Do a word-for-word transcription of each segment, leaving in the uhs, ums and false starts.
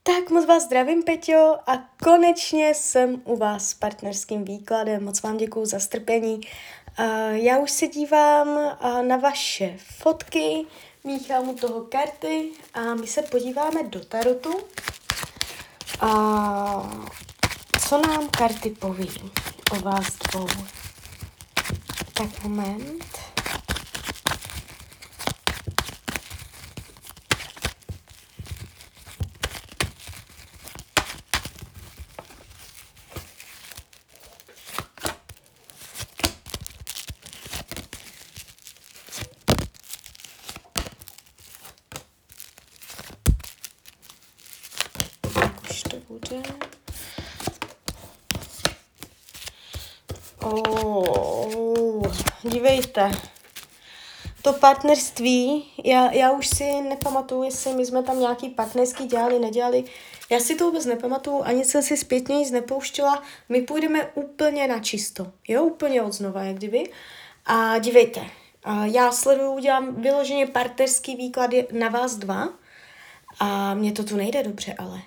Tak moc vás zdravím, Peťo, a konečně jsem u vás s partnerským výkladem. Moc vám děkuju za strpení. Uh, já už se dívám uh, na vaše fotky, míchám u toho karty a my se podíváme do tarotu. Uh, co nám karty poví o vás dvou? Tak moment. Už to bude. Oh, dívejte. To partnerství, já, já už si nepamatuju, jestli my jsme tam nějaký partnerský dělali, nedělali. Já si to vůbec nepamatuju, ani jsem si zpětně nic nepouštěla. My půjdeme úplně na čisto, jo, úplně od znova, jak kdyby. A dívejte, a já sleduju, udělám vyloženě partnerský výklad na vás dva a mně to tu nejde dobře, ale.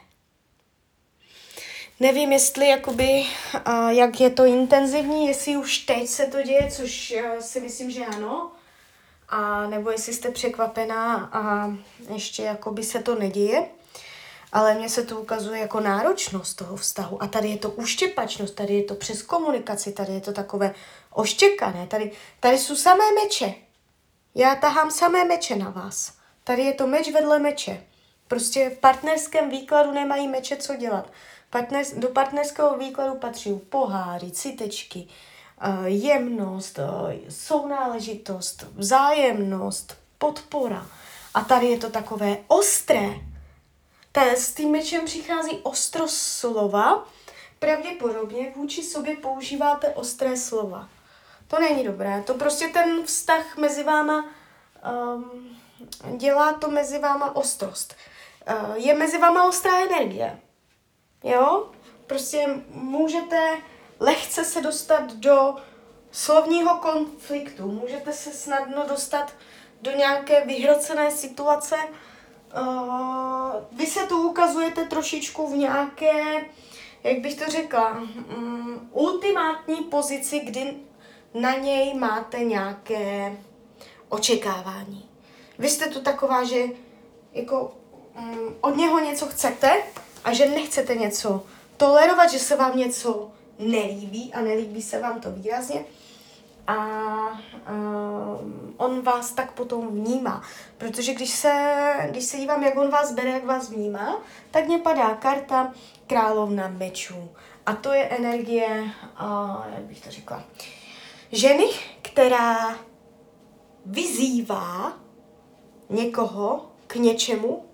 Nevím, jestli jakoby, a jak je to intenzivní, jestli už teď se to děje, což si myslím, že ano. A nebo jestli jste překvapená a ještě jakoby se to neděje. Ale mně se to ukazuje jako náročnost toho vztahu. A tady je to uštěpačnost, tady je to přes komunikaci, tady je to takové oštěkané. Tady, tady jsou samé meče. Já tahám samé meče na vás. Tady je to meč vedle meče. Prostě v partnerském výkladu nemají meče co dělat. Partners, do partnerského výkladu patří poháry, citečky, jemnost, sounáležitost, vzájemnost, podpora. A tady je to takové ostré. Tady s tím mečem přichází ostrost slova. Pravděpodobně vůči sobě používáte ostré slova. To není dobré. To prostě ten vztah mezi váma um, dělá to mezi váma ostrost. Uh, je mezi váma ostrá energie. Jo? Prostě můžete lehce se dostat do slovního konfliktu. Můžete se snadno dostat do nějaké vyhrocené situace. Uh, vy se tu ukazujete trošičku v nějaké, jak bych to řekla, um, ultimátní pozici, kdy na něj máte nějaké očekávání. Vy jste tu taková, že jako um, od něho něco chcete a že nechcete něco tolerovat, že se vám něco nelíbí a nelíbí se vám to výrazně. A um, on vás tak potom vnímá. Protože když se, když se dívám, jak on vás bere, jak vás vnímá, tak mě padá karta královna mečů. A to je energie, uh, jak bych to řekla, ženy, která vyzývá někoho k něčemu,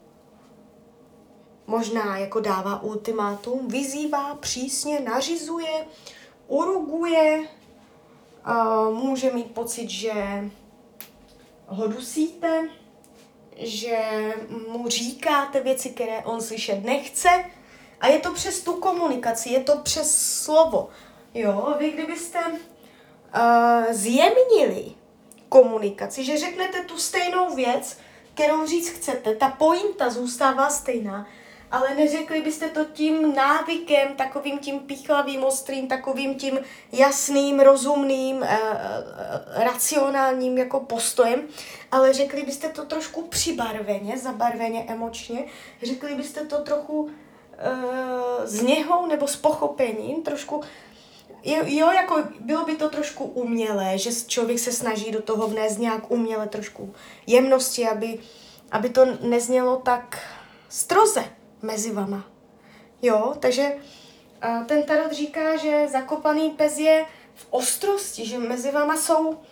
možná jako dává ultimátum, vyzývá, přísně nařizuje, uruguje, Uh, může mít pocit, že ho dusíte, že mu říkáte věci, které on slyšet nechce. A je to přes tu komunikaci, je to přes slovo. Jo, vy kdybyste uh, zjemnili komunikaci, že řeknete tu stejnou věc, kterou říct chcete, ta pointa zůstává stejná, ale neřekli byste to tím návykem, takovým tím píchlavým, ostrým, takovým tím jasným, rozumným, e, e, racionálním jako postojem, ale řekli byste to trošku přibarveně, zabarveně, emočně, řekli byste to trochu e, s něhou nebo s pochopením, trošku, jo, jo, jako bylo by to trošku umělé, že člověk se snaží do toho vnést nějak uměle trošku jemnosti, aby, aby to neznělo tak stroze mezi vama. Jo, takže uh, ten tarot říká, že zakopaný pes je v ostrosti, že mezi vama jsou uh,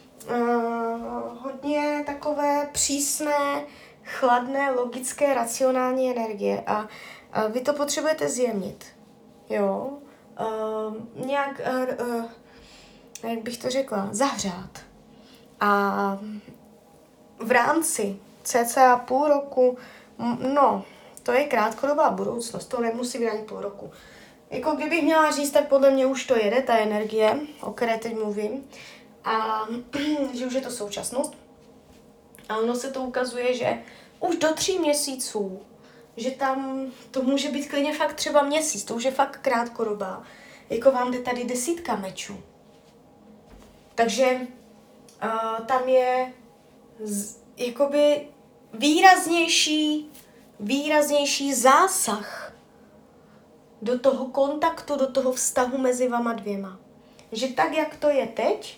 hodně takové přísné, chladné, logické, racionální energie a uh, vy to potřebujete zjemnit. Jo, uh, nějak, uh, uh, jak bych to řekla, zahřát. A v rámci cca půl roku, no, to je krátkodobá budoucnost, to nemusí být ani půl roku. Jako kdybych měla říct, tak podle mě už to jede, ta energie, o které teď mluvím. A že už je to současnost. A ono se to ukazuje, že už do tří měsíců že tam to může být klidně fakt třeba měsíc, to už je fakt krátkodobá. Jako vám jde tady desítka mečů. Takže uh, tam je z, jakoby výraznější, výraznější zásah do toho kontaktu, do toho vztahu mezi vama dvěma. Že tak, jak to je teď,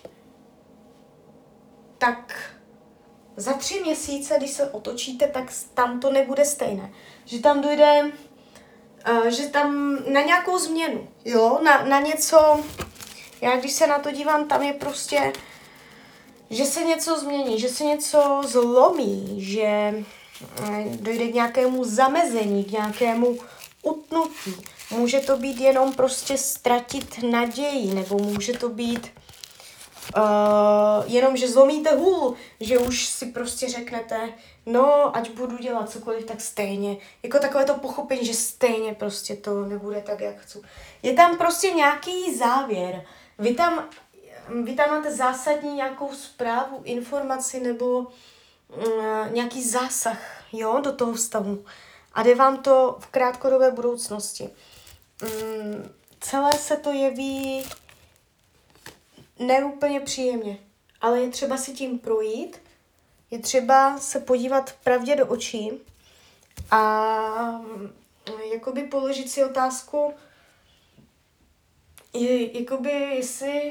tak za tři měsíce, když se otočíte, tak tam to nebude stejné. Že tam dojde, uh, že tam na nějakou změnu, jo, na, na něco, já když se na to dívám, tam je prostě, že se něco změní, že se něco zlomí, že dojde k nějakému zamezení, k nějakému utnutí. Může to být jenom prostě ztratit naději, nebo může to být uh, jenom, že zlomíte hůl, že už si prostě řeknete, no, ať budu dělat cokoliv, tak stejně. Jako takové to pochopení, že stejně prostě to nebude tak, jak chci. Je tam prostě nějaký závěr. Vy tam, vy tam máte zásadní nějakou zprávu, informaci nebo uh, nějaký zásah, jo, do toho vztahu. A jde vám to v krátkodobé budoucnosti. Um, celé se to jeví neúplně příjemně, ale je třeba si tím projít, je třeba se podívat pravdě do očí a jakoby položit si otázku, je, jakoby jestli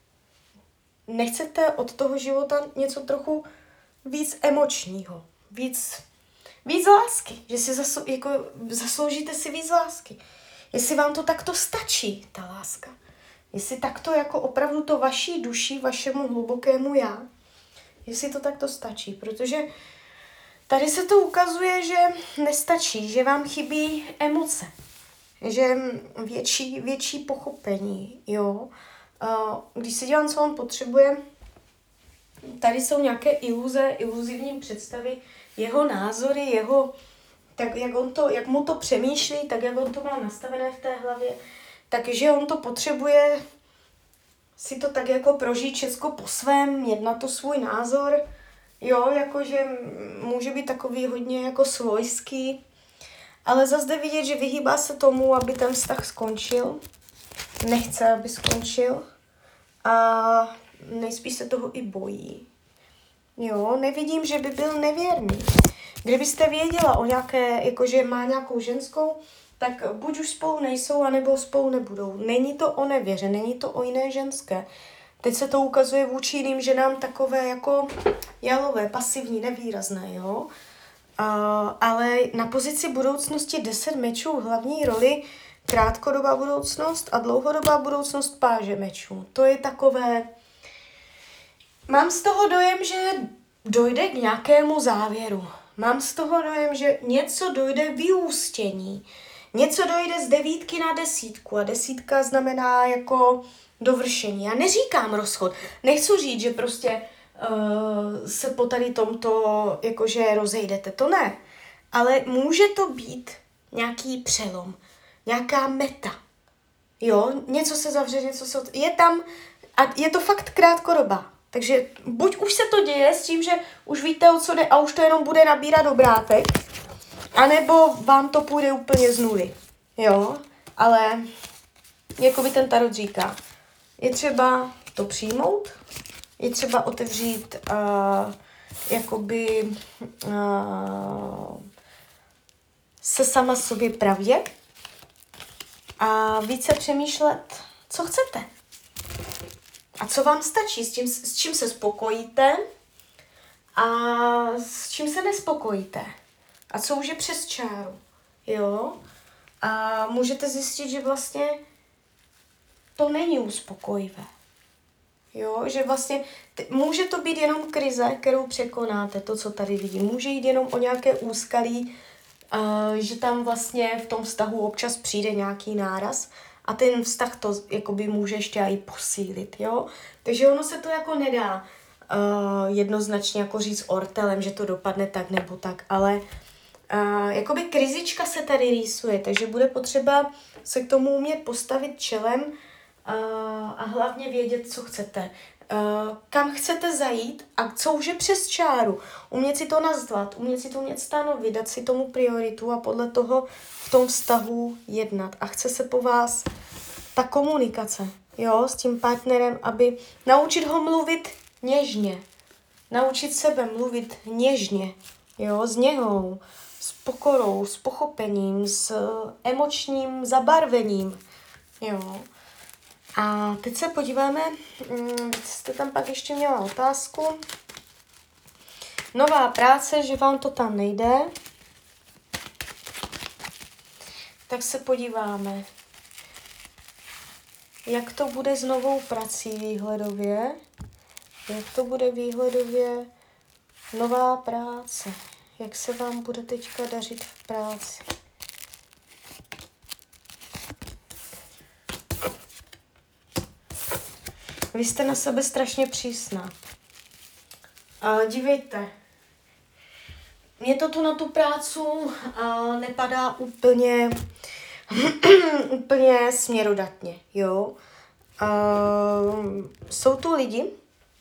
nechcete od toho života něco trochu víc emočního, víc, víc lásky, že si zasou, jako, zasloužíte si víc lásky. Jestli vám to takto stačí, ta láska. Jestli takto jako opravdu to vaší duši, vašemu hlubokému já, jestli to takto stačí, protože tady se to ukazuje, že nestačí, že vám chybí emoce, že větší, větší pochopení, jo. Když se dívám, co on potřebuje, tady jsou nějaké iluze, iluzivní představy, jeho názory, jeho, tak jak, on to, jak mu to přemýšlí, tak jak on to má nastavené v té hlavě, takže on to potřebuje si to tak jako prožít všechno po svém, mít na to svůj názor, jo, jakože může být takový hodně jako svojský, ale zase jde vidět, že vyhýbá se tomu, aby ten vztah skončil, nechce, aby skončil a nejspíš se toho i bojí. Jo, nevidím, že by byl nevěrný. Kdybyste věděla o nějaké, jakože má nějakou ženskou, tak buď už spolu nejsou, anebo spolu nebudou. Není to o nevěře, není to o jiné ženské. Teď se to ukazuje vůči jiným ženám takové jako jalové, pasivní, nevýrazné, jo. A, ale na pozici budoucnosti deset mečů hlavní roli krátkodobá budoucnost a dlouhodobá budoucnost páže mečů. To je takové... Mám z toho dojem, že dojde k nějakému závěru. Mám z toho dojem, že něco dojde vyústění. Něco dojde z devítky na desítku a desítka znamená jako dovršení. Já neříkám rozchod. Nechci říct, že prostě uh, se po tady tomto jakože rozejdete. To ne. Ale může to být nějaký přelom. Nějaká meta. Jo, něco se zavře, něco se... Je tam... A je to fakt krátkodobá. Takže buď už se to děje s tím, že už víte, o co jde a už to jenom bude nabírat obrátek, anebo vám to půjde úplně z nuly. Jo, ale jako by ten tarot říká, je třeba to přijmout, je třeba otevřít uh, jakoby uh, se sama sobě pravdě a více přemýšlet, co chcete. A co vám stačí, s, tím, s čím se spokojíte a s čím se nespokojíte. A co už je přes čáru, jo. A můžete zjistit, že vlastně to není uspokojivé. Jo, že vlastně t- může to být jenom krize, kterou překonáte, to, co tady vidím. Může jít jenom o nějaké úskalí, uh, že tam vlastně v tom vztahu občas přijde nějaký náraz, a ten vztah to jakoby může ještě i posílit, jo. Takže ono se to jako nedá uh, jednoznačně jako říct ortelem, že to dopadne tak nebo tak, ale uh, jakoby krizička se tady rýsuje, takže bude potřeba se k tomu umět postavit čelem uh, a hlavně vědět, co chcete. uh, kam chcete zajít a co už je přes čáru. Umět si to nazvat, umět si to umět stanovit, dát si tomu prioritu a podle toho v tom vztahu jednat. A chce se po vás ta komunikace, jo, s tím partnerem, aby naučit ho mluvit něžně. Naučit sebe mluvit něžně, jo, s něhou, s pokorou, s pochopením, s emočním zabarvením, jo. A teď se podíváme, jste tam pak ještě měla otázku. Nová práce, že vám to tam nejde. Tak se podíváme, jak to bude s novou prací výhledově. Jak to bude výhledově nová práce. Jak se vám bude teďka dařit v práci. Vy jste na sebe strašně přísná. Ale dívejte, mě to tu na tu prácu a nepadá úplně, úplně směrodatně, jo. A jsou tu lidi,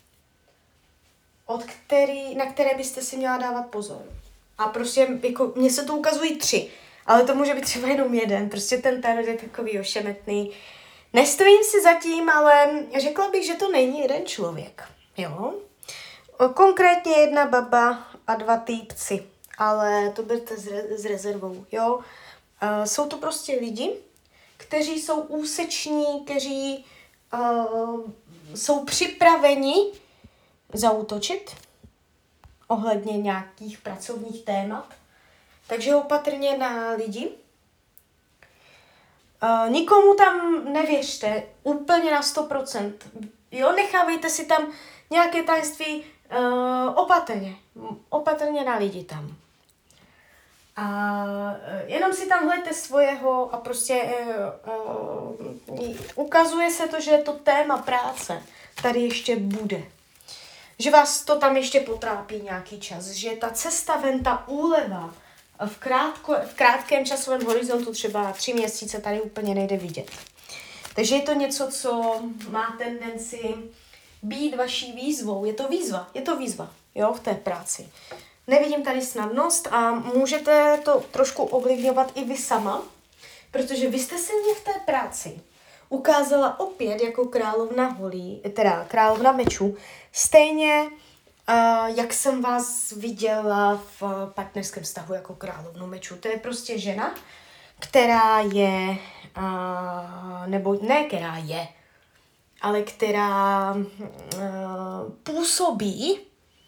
od který, na které byste si měla dávat pozor. A prostě, jako, mně se to ukazují tři, ale to může být třeba jenom jeden. Prostě ten tarot je takový ošemetný. Nestojím si zatím, ale řekla bych, že to není jeden člověk, jo. Konkrétně jedna baba a dva týpci, ale to berte s, re- s rezervou, jo. Uh, jsou to prostě lidi, kteří jsou úseční, kteří uh, jsou připraveni zaútočit ohledně nějakých pracovních témat. Takže opatrně na lidi. Uh, nikomu tam nevěřte úplně na sto procent. Jo, nechávejte si tam nějaké tajemství uh, opatrně. Opatrně na lidi tam. A uh, jenom si tam hledejte svého a prostě uh, uh, ukazuje se to, že to téma práce tady ještě bude. Že vás to tam ještě potrápí nějaký čas. Že ta cesta ven, ta úleva v, krátko, v krátkém časovém horizontu třeba tři měsíce tady úplně nejde vidět. Takže je to něco, co má tendenci být vaší výzvou. Je to výzva, je to výzva, jo, v té práci. Nevidím tady snadnost a můžete to trošku ovlivňovat i vy sama, protože vy jste se mě v té práci ukázala opět jako královna holí, teda královna mečů, stejně uh, jak jsem vás viděla v partnerském vztahu jako královnu mečů. To je prostě žena, která je, uh, nebo ne která je, ale která uh, působí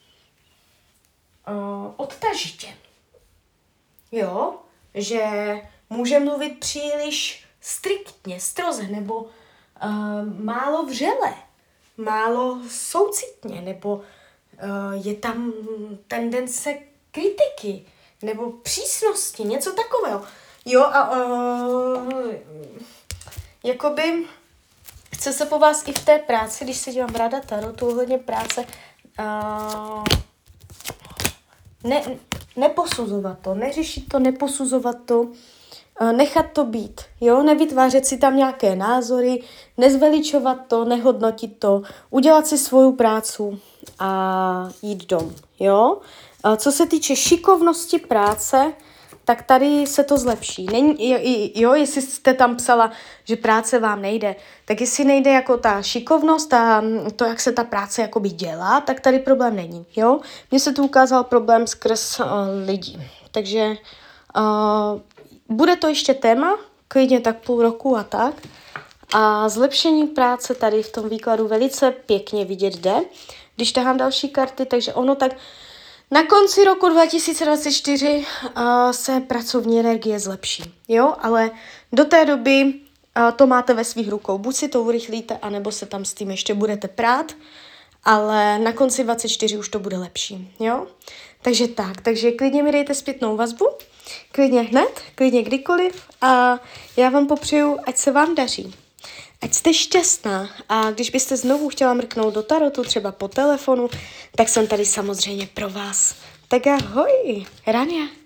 uh, odtažitě. Jo, že může mluvit příliš striktně, stroze, nebo uh, málo vřele, málo soucitně, nebo uh, je tam tendence kritiky, nebo přísnosti, něco takového. Jo, a uh, jakoby chce se po vás i v té práci, když se dívám ráda tarotu, ohledně práce, uh, ne, neposuzovat to, neřešit to, neposuzovat to, nechat to být, jo, nevytvářet si tam nějaké názory, nezveličovat to, nehodnotit to, udělat si svou práci a jít dom, jo. A co se týče šikovnosti práce, tak tady se to zlepší. Není, jo, jestli jste tam psala, že práce vám nejde, tak jestli nejde jako ta šikovnost a to, jak se ta práce jakoby dělá, tak tady problém není, jo. Mně se tu ukázal problém skrz uh, lidí, takže uh, bude to ještě téma, klidně tak půl roku a tak. A zlepšení práce tady v tom výkladu velice pěkně vidět jde, když tahám další karty, takže ono tak na konci roku dva tisíce dvacet čtyři uh, se pracovní energie zlepší, jo, ale do té doby uh, to máte ve svých rukou. Buď si to urychlíte, anebo se tam s tím ještě budete prát, ale na konci dvacet čtyři už to bude lepší, jo. Takže tak, takže klidně mi dejte zpětnou vazbu, klidně hned, klidně kdykoliv a já vám popřeju, ať se vám daří. Ať jste šťastná a když byste znovu chtěla mrknout do tarotu, třeba po telefonu, tak jsem tady samozřejmě pro vás. Tak ahoj, Rania.